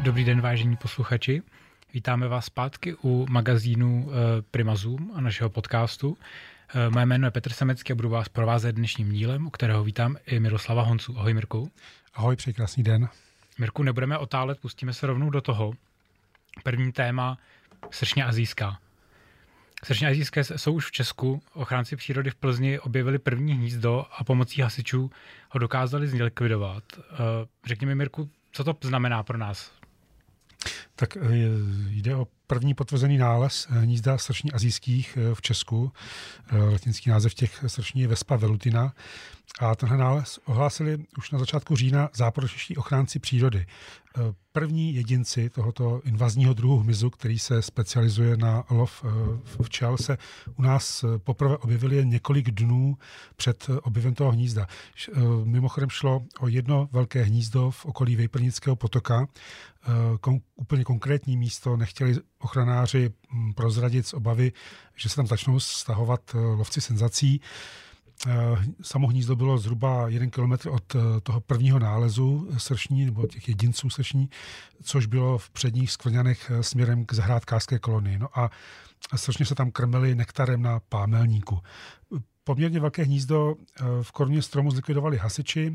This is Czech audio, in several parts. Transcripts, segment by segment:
Dobrý den, vážení posluchači. Vítáme vás zpátky u magazínu Prima Zoom a našeho podcastu. Moje jméno je Petr Semecký a budu vás provázet dnešním dílem, u kterého vítám i Miroslava Honcu. Ahoj, Mirku. Ahoj, přeji krásný den. Mirku, nebudeme otálet, pustíme se rovnou do toho. První téma, sršně azijská. Sršně azijské jsou už v Česku. Ochránci přírody v Plzni objevili první hnízdo a pomocí hasičů ho dokázali zlikvidovat. Řekni mi, Mirku, co to znamená pro nás? Tak jde o první potvrzený nález hnízda sršní azijských v Česku. Latinský název těch sršní je Vespa velutina. A tenhle nález ohlásili už na začátku října západočeští ochránci přírody. První jedinci tohoto invazního druhu hmyzu, který se specializuje na lov včel, se u nás poprvé objevili jen několik dnů před objevem toho hnízda. Mimochodem šlo o jedno velké hnízdo v okolí Vejprnického potoka. Úplně konkrétní místo nechtěli ochranáři prozradit z obavy, že se tam začnou stahovat lovci senzací. Samo hnízdo bylo zhruba 1 kilometr od toho prvního nálezu sršní, nebo těch jedinců sršní, což bylo v předních skvrňanech směrem k zahrádkářské kolonii. No a sršně se tam krmili nektarem na pámelníku. Poměrně velké hnízdo v koruně stromu zlikvidovali hasiči,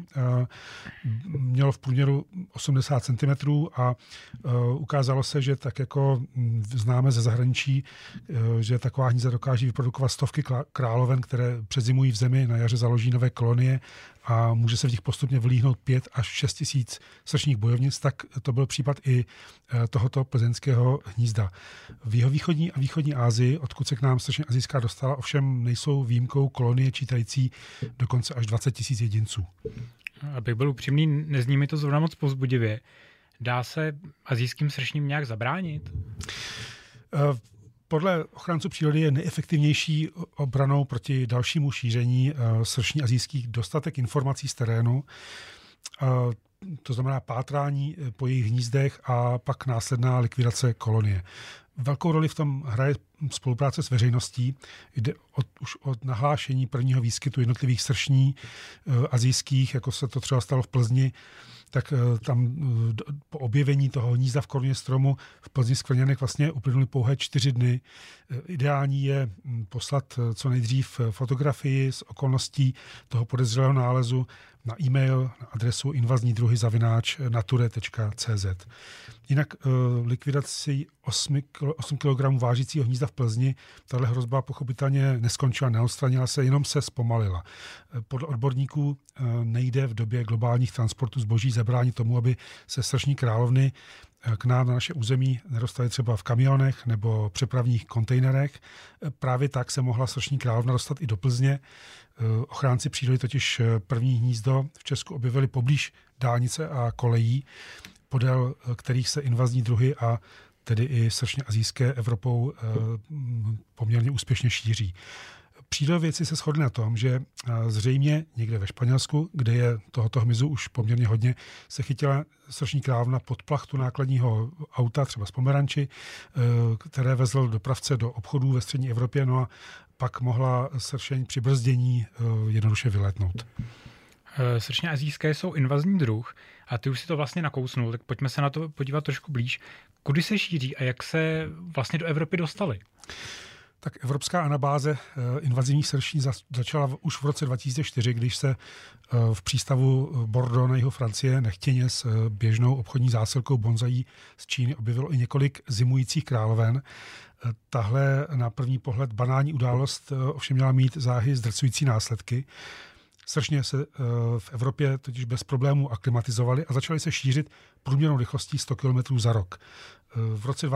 mělo v průměru 80 cm a ukázalo se, že tak jako známe ze zahraničí, že taková hnízda dokáží vyprodukovat stovky královen, které přezimují v zemi, na jaře založí nové kolonie a může se v nich postupně vylíhnout 5 až 6 tisíc sršních bojovnic, tak to byl případ i tohoto plzeňského hnízda. V jihovýchodní a východní Asii, odkud se k nám sršně azijská dostala, ovšem nejsou výjimkou kolonie čítající dokonce až 20 tisíc jedinců. Abych byl upřímný, nezní mi to zrovna moc povzbudivě. Dá se asijským sršním nějak zabránit? Podle ochránců přírody je nejefektivnější obranou proti dalšímu šíření sršní azijských dostatek informací z terénu, to znamená pátrání po jejich hnízdech a pak následná likvidace kolonie. Velkou roli v tom hraje spolupráce s veřejností. Jde už od nahlášení prvního výskytu jednotlivých sršní asijských, jako se to třeba stalo v Plzni, tak tam po objevení toho hnízda v koruně stromu v Plzni skvrňanek vlastně uplynuly pouhé 4 dny. Ideální je poslat co nejdřív fotografii z okolností toho podezřelého nálezu na e-mail na adresu invaznídruhy@nature.cz. Jinak likvidací 8 kg vážícího hnízda v Plzni tahle hrozba pochopitelně neskončila, neodstranila se, jenom se zpomalila. Podle odborníků nejde v době globálních transportů zboží zabránit tomu, aby se sršní královny k nám na naše území nedostaly třeba v kamionech nebo přepravních kontejnerech. Právě tak se mohla sršní královna dostat i do Plzně. Ochránci přírody totiž první hnízdo v Česku objevili poblíž dálnice a kolejí, podél kterých se invazní druhy a tedy i sršně azijské Evropou poměrně úspěšně šíří. Přírodovědci se shodli na tom, že zřejmě někde ve Španělsku, kde je tohoto hmyzu už poměrně hodně, se chytila sršní královna pod plachtu nákladního auta, třeba z Pomeranči, které vezl dopravce do obchodů ve střední Evropě, no a pak mohla sršeň při brzdění jednoduše vylétnout. Sršně azijské jsou invazní druh a ty už si to vlastně nakousnul, tak pojďme se na to podívat trošku blíž. Kudy se šíří a jak se vlastně do Evropy dostali? Tak evropská anabáze invazivních srší začala už v roce 2004, když se v přístavu Bordeaux na jihu Francie nechtěně s běžnou obchodní zásilkou bonsaí z Číny objevilo i několik zimujících královen. Tahle na první pohled banální událost ovšem měla mít záhy zdrcující následky. Sršně se v Evropě totiž bez problémů aklimatizovaly a začaly se šířit průměrnou rychlostí 100 km za rok. V roce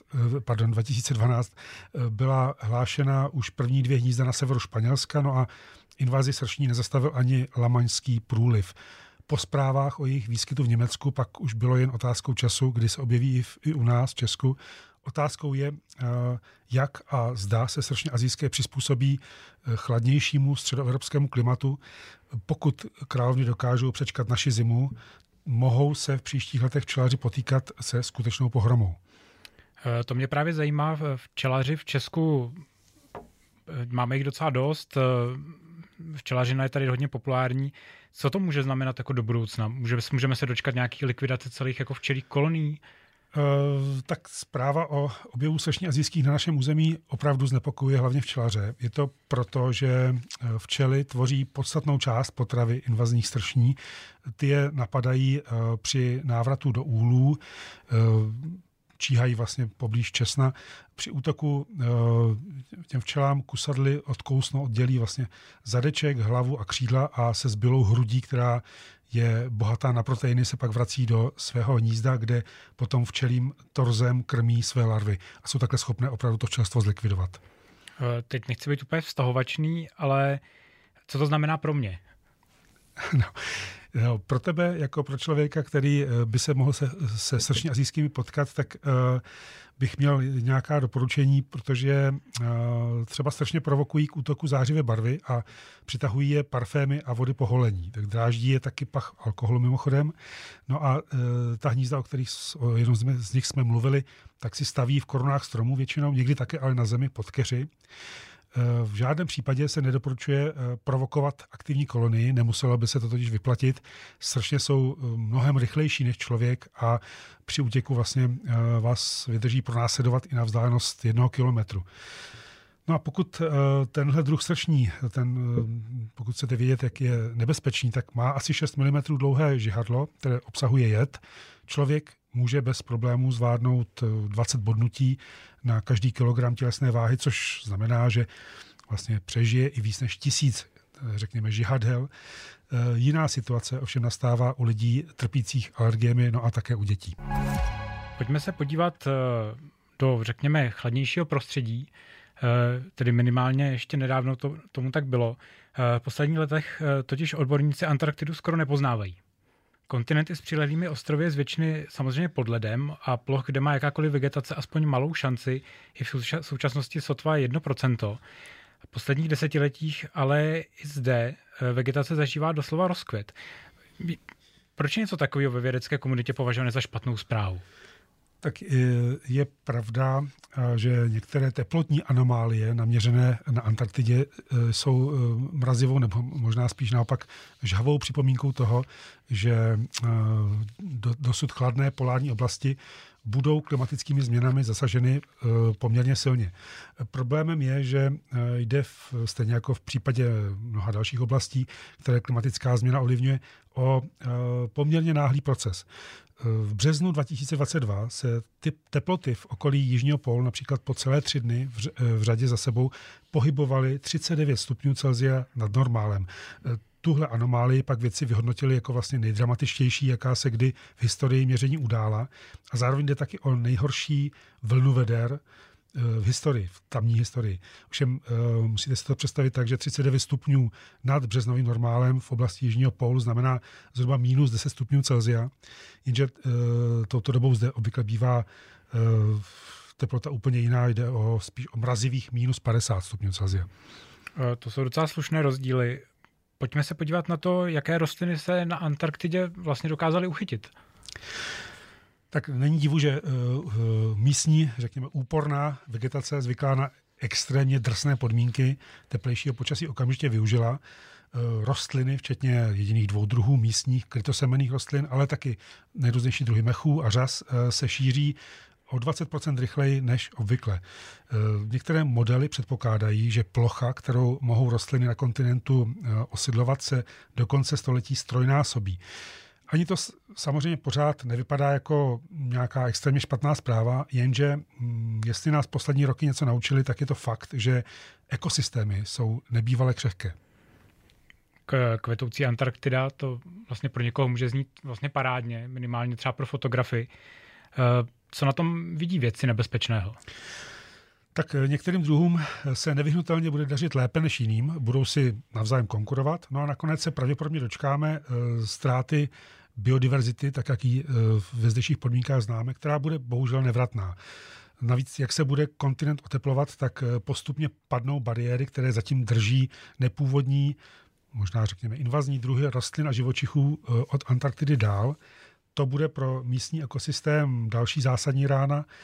2012 byla hlášena už první 2 hnízda na severu Španělska, no a invazi sršní nezastavil ani Lamaňský průliv. Po zprávách o jejich výskytu v Německu pak už bylo jen otázkou času, kdy se objeví i u nás v Česku. Otázkou je, jak a zda se sršně azijské přizpůsobí chladnějšímu středoevropskému klimatu. Pokud královny dokážou přečkat naši zimu, mohou se v příštích letech včelaři potýkat se skutečnou pohromou. To mě právě zajímá. Včelaři v Česku, máme jich docela dost. včelařina je tady hodně populární. Co to může znamenat jako do budoucna? Můžeme se dočkat nějaký likvidace celých jako včelích kolonií? Tak zpráva o objevu sršní asijských na našem území opravdu znepokojuje hlavně včelaře. Je to proto, že včely tvoří podstatnou část potravy invazních sršní. Ty je napadají při návratu do úlů, číhají vlastně poblíž česna. Při útoku těm včelám kusadly oddělí vlastně zadeček, hlavu a křídla a se zbylou hrudí, která je bohatá na proteiny, se pak vrací do svého hnízda, kde potom včelím torzem krmí své larvy a jsou takhle schopné opravdu to včelstvo zlikvidovat. Teď nechci být úplně vztahovačný, ale co to znamená pro mě? No, pro tebe, jako pro člověka, který by se mohl se sršně asijskými potkat, tak bych měl nějaká doporučení, protože třeba strašně provokují k útoku zářivé barvy a přitahují je parfémy a vody po holení. Tak dráždí je taky pach alkoholu mimochodem. No a ta hnízda, o kterých jednom z nich jsme mluvili, tak si staví v korunách stromů většinou, někdy také ale na zemi pod keři. V žádném případě se nedoporučuje provokovat aktivní kolonii, nemuselo by se to totiž vyplatit. Sršně jsou mnohem rychlejší než člověk a při útěku vlastně vás vydrží pronásledovat i na vzdálenost 1 kilometru. No a pokud tenhle druh sršní, pokud chcete vědět, jak je nebezpečný, tak má asi 6 mm dlouhé žihadlo, které obsahuje jed. Člověk může bez problémů zvládnout 20 bodnutí na každý kilogram tělesné váhy, což znamená, že vlastně přežije i víc než 1000, řekněme, žihadel. Jiná situace ovšem nastává u lidí trpících alergiemi, no a také u dětí. Pojďme se podívat do, řekněme, chladnějšího prostředí, tedy minimálně ještě nedávno tomu tak bylo. V posledních letech totiž odborníci Antarktidu skoro nepoznávají. Kontinent i s přilehlými ostrovy je z většiny samozřejmě pod ledem a ploch, kde má jakákoliv vegetace aspoň malou šanci, je v současnosti sotva 1%. V posledních desetiletích ale i zde vegetace zažívá doslova rozkvět. Proč je něco takového ve vědecké komunitě považované za špatnou zprávu? Tak je pravda, že některé teplotní anomálie naměřené na Antarktidě jsou mrazivou nebo možná spíš naopak žhavou připomínkou toho, že dosud chladné polární oblasti budou klimatickými změnami zasaženy poměrně silně. Problémem je, že jde stejně jako v případě mnoha dalších oblastí, které klimatická změna ovlivňuje, o poměrně náhlý proces. V březnu 2022 se ty teploty v okolí Jižního pólu například po celé 3 dny v řadě za sebou pohybovaly 39 stupňů Celsia nad normálem. Tuhle anomálii pak vědci vyhodnotili jako vlastně nejdramatičtější, jaká se kdy v historii měření udála. A zároveň jde taky o nejhorší vlnu veder v historii, v tamní historii. Ovšem musíte si to představit tak, že 39 stupňů nad březnovým normálem v oblasti Jižního pólu znamená zhruba minus 10 stupňů Celsia, jenže touto dobou zde obvykle bývá teplota úplně jiná, jde spíš o mrazivých minus 50 stupňů Celsia. To jsou docela slušné rozdíly. Pojďme se podívat na to, jaké rostliny se na Antarktidě vlastně dokázaly uchytit. Tak není divu, že místní, řekněme, úporná vegetace zvyklá na extrémně drsné podmínky teplejšího počasí okamžitě využila. Rostliny, včetně jediných 2 druhů místních krytosemenných rostlin, ale taky nejrůznější druhy mechů a řas se šíří o 20% rychleji než obvykle. Některé modely předpokládají, že plocha, kterou mohou rostliny na kontinentu osidlovat, se do konce století strojnásobí. Ani to samozřejmě pořád nevypadá jako nějaká extrémně špatná zpráva, jenže jestli nás poslední roky něco naučili, tak je to fakt, že ekosystémy jsou nebývale křehké. Kvetoucí Antarktida, to vlastně pro někoho může znít vlastně parádně, minimálně třeba pro fotografii. Co na tom vidí vědci nebezpečného? Tak některým druhům se nevyhnutelně bude dařit lépe než jiným, budou si navzájem konkurovat, no a nakonec se pravděpodobně dočkáme ztráty biodiverzity, tak jak ji ve zdejších podmínkách známe, která bude bohužel nevratná. Navíc, jak se bude kontinent oteplovat, tak postupně padnou bariéry, které zatím drží nepůvodní, možná řekněme invazní druhy rostlin a živočichů od Antarktidy dál. To bude pro místní ekosystém další zásadní rána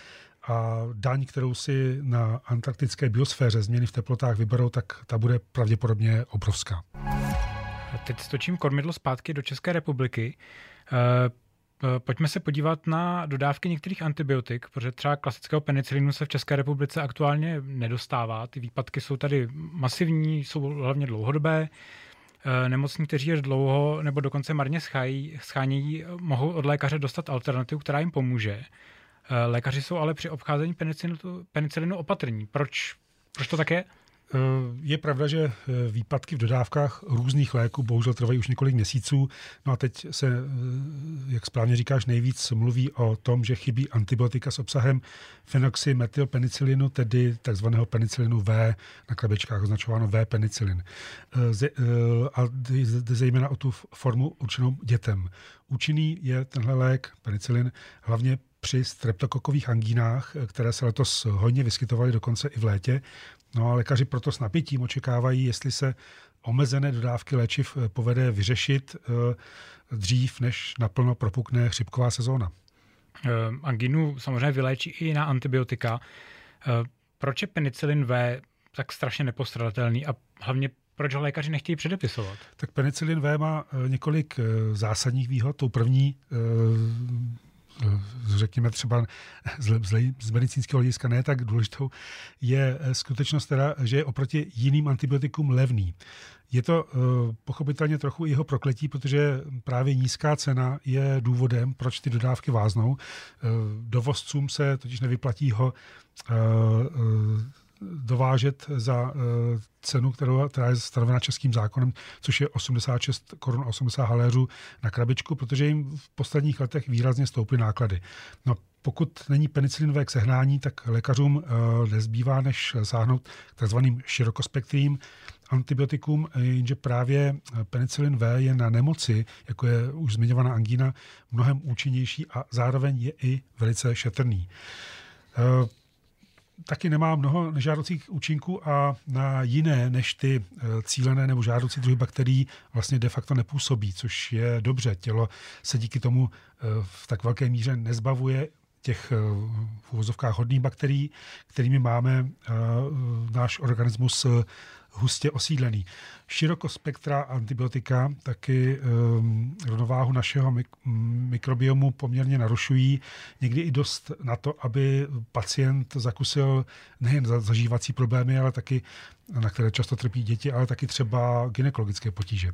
a daň, kterou si na antarktické biosféře změny v teplotách vyberou, tak ta bude pravděpodobně obrovská. Teď stočím kormidlo zpátky do České republiky. Pojďme se podívat na dodávky některých antibiotik, protože třeba klasického penicilinu se v České republice aktuálně nedostává. Ty výpadky jsou tady masivní, jsou hlavně dlouhodobé. Nemocní, kteří je dlouho nebo dokonce marně schánějí, mohou od lékaře dostat alternativu, která jim pomůže. Lékaři jsou ale při obcházení penicilinu opatrní. Proč to tak je? Je pravda, že výpadky v dodávkách různých léků bohužel trvají už několik měsíců. No a teď se, jak správně říkáš, nejvíc mluví o tom, že chybí antibiotika s obsahem fenoxymetylpenicilinu, tedy takzvaného penicilinu V, na krabičkách označováno V-penicilin. A jde zejména o tu formu určenou dětem. Účinný je tenhle lék, penicilin, hlavně při streptokokových angínách, které se letos hojně vyskytovaly dokonce i v létě. No a lékaři proto s napětím očekávají, jestli se omezené dodávky léčiv povede vyřešit dřív, než naplno propukne chřipková sezóna. Angínu samozřejmě vyléčí i jiná antibiotika. Proč je penicilin V tak strašně nepostradatelný a hlavně proč ho lékaři nechtějí předepisovat? Tak penicilin V má několik zásadních výhod. Tou první, řekněme třeba z medicínského hlediska ne tak důležitou, je skutečnost teda, že je oproti jiným antibiotikům levný. Je to pochopitelně trochu jeho prokletí, protože právě nízká cena je důvodem, proč ty dodávky váznou. Dovozcům se totiž nevyplatí ho dovážet za cenu, která je stanovena českým zákonem, což je 86 korun 80 haléřů na krabičku, protože jim v posledních letech výrazně stouply náklady. No, pokud není penicilin V k sehnání, tak lékařům nezbývá, než sáhnout k takzvaným širokospektrým antibiotikům, jenže právě penicilin V je na nemoci, jako je už zmiňovaná angína, mnohem účinnější a zároveň je i velice šetrný. Taky nemá mnoho nežádoucích účinků a na jiné než ty cílené nebo žádoucí druhy bakterií vlastně de facto nepůsobí, což je dobře. Tělo se díky tomu v tak velké míře nezbavuje těch v uvozovkách hodných bakterií, kterými máme náš organismus hustě osídlený. Širokospektra antibiotika taky rovnováhu našeho mikrobiomu poměrně narušují. Někdy i dost na to, aby pacient zakusil nejen zažívací problémy, ale taky, na které často trpí děti, ale taky třeba gynekologické potíže.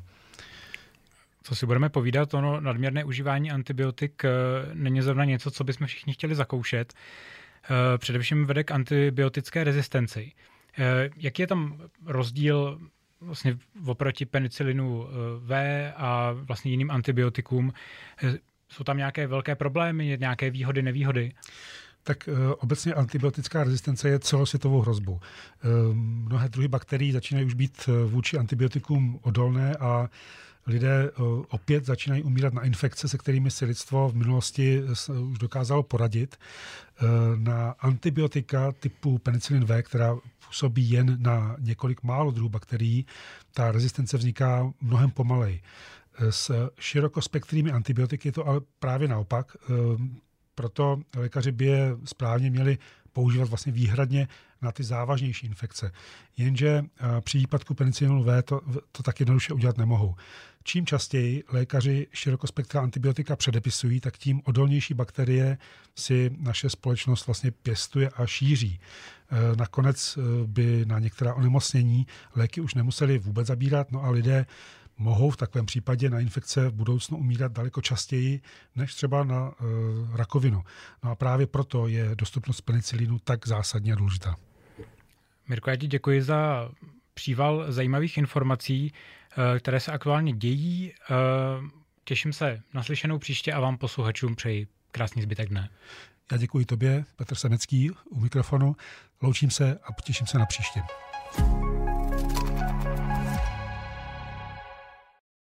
Co si budeme povídat, ono nadměrné užívání antibiotik není zrovna něco, co bychom všichni chtěli zakoušet. Především vede k antibiotické rezistenci. Jaký je tam rozdíl vlastně oproti penicilinu V a vlastně jiným antibiotikům? Jsou tam nějaké velké problémy, nějaké výhody, nevýhody? Tak obecně antibiotická rezistence je celosvětovou hrozbou. Mnohé druhy bakterií začínají už být vůči antibiotikům odolné a lidé opět začínají umírat na infekce, se kterými si lidstvo v minulosti už dokázalo poradit. Na antibiotika typu penicilin V, která působí jen na několik málo druhů bakterií, ta rezistence vzniká mnohem pomaleji. S širokospektrými antibiotiky je to ale právě naopak. Proto lékaři by je správně měli používat vlastně výhradně na ty závažnější infekce. Jenže při výpadku penicilinu V to tak jednoduše udělat nemohou. Čím častěji lékaři širokospektra antibiotika předepisují, tak tím odolnější bakterie si naše společnost vlastně pěstuje a šíří. Nakonec by na některá onemocnění léky už nemuseli vůbec zabírat, no a lidé mohou v takovém případě na infekce v budoucnu umírat daleko častěji než třeba na rakovinu. No a právě proto je dostupnost penicilinu tak zásadně důležitá. Mirko, já ti děkuji za příval zajímavých informací, které se aktuálně dějí. Těším se na slyšenou příště a vám posluchačům přeji krásný zbytek dne. Já děkuji tobě, Petr Semecký u mikrofonu. Loučím se a těším se na příště.